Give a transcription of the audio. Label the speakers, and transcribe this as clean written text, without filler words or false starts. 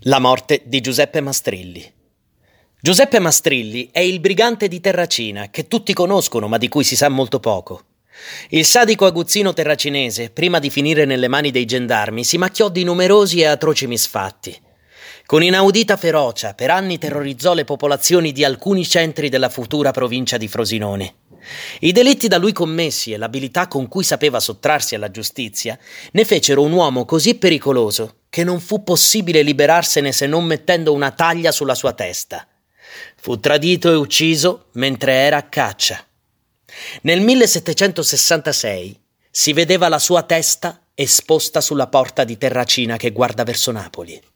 Speaker 1: La morte di Giuseppe Mastrilli. Giuseppe Mastrilli è il brigante di Terracina che tutti conoscono ma di cui si sa molto poco. Il sadico aguzzino terracinese, prima di finire nelle mani dei gendarmi, si macchiò di numerosi e atroci misfatti. Con inaudita ferocia, per anni terrorizzò le popolazioni di alcuni centri della futura provincia di Frosinone. I delitti da lui commessi e l'abilità con cui sapeva sottrarsi alla giustizia ne fecero un uomo così pericoloso che non fu possibile liberarsene se non mettendo una taglia sulla sua testa. Fu tradito e ucciso mentre era a caccia. Nel 1766 si vedeva la sua testa esposta sulla porta di Terracina che guarda verso Napoli.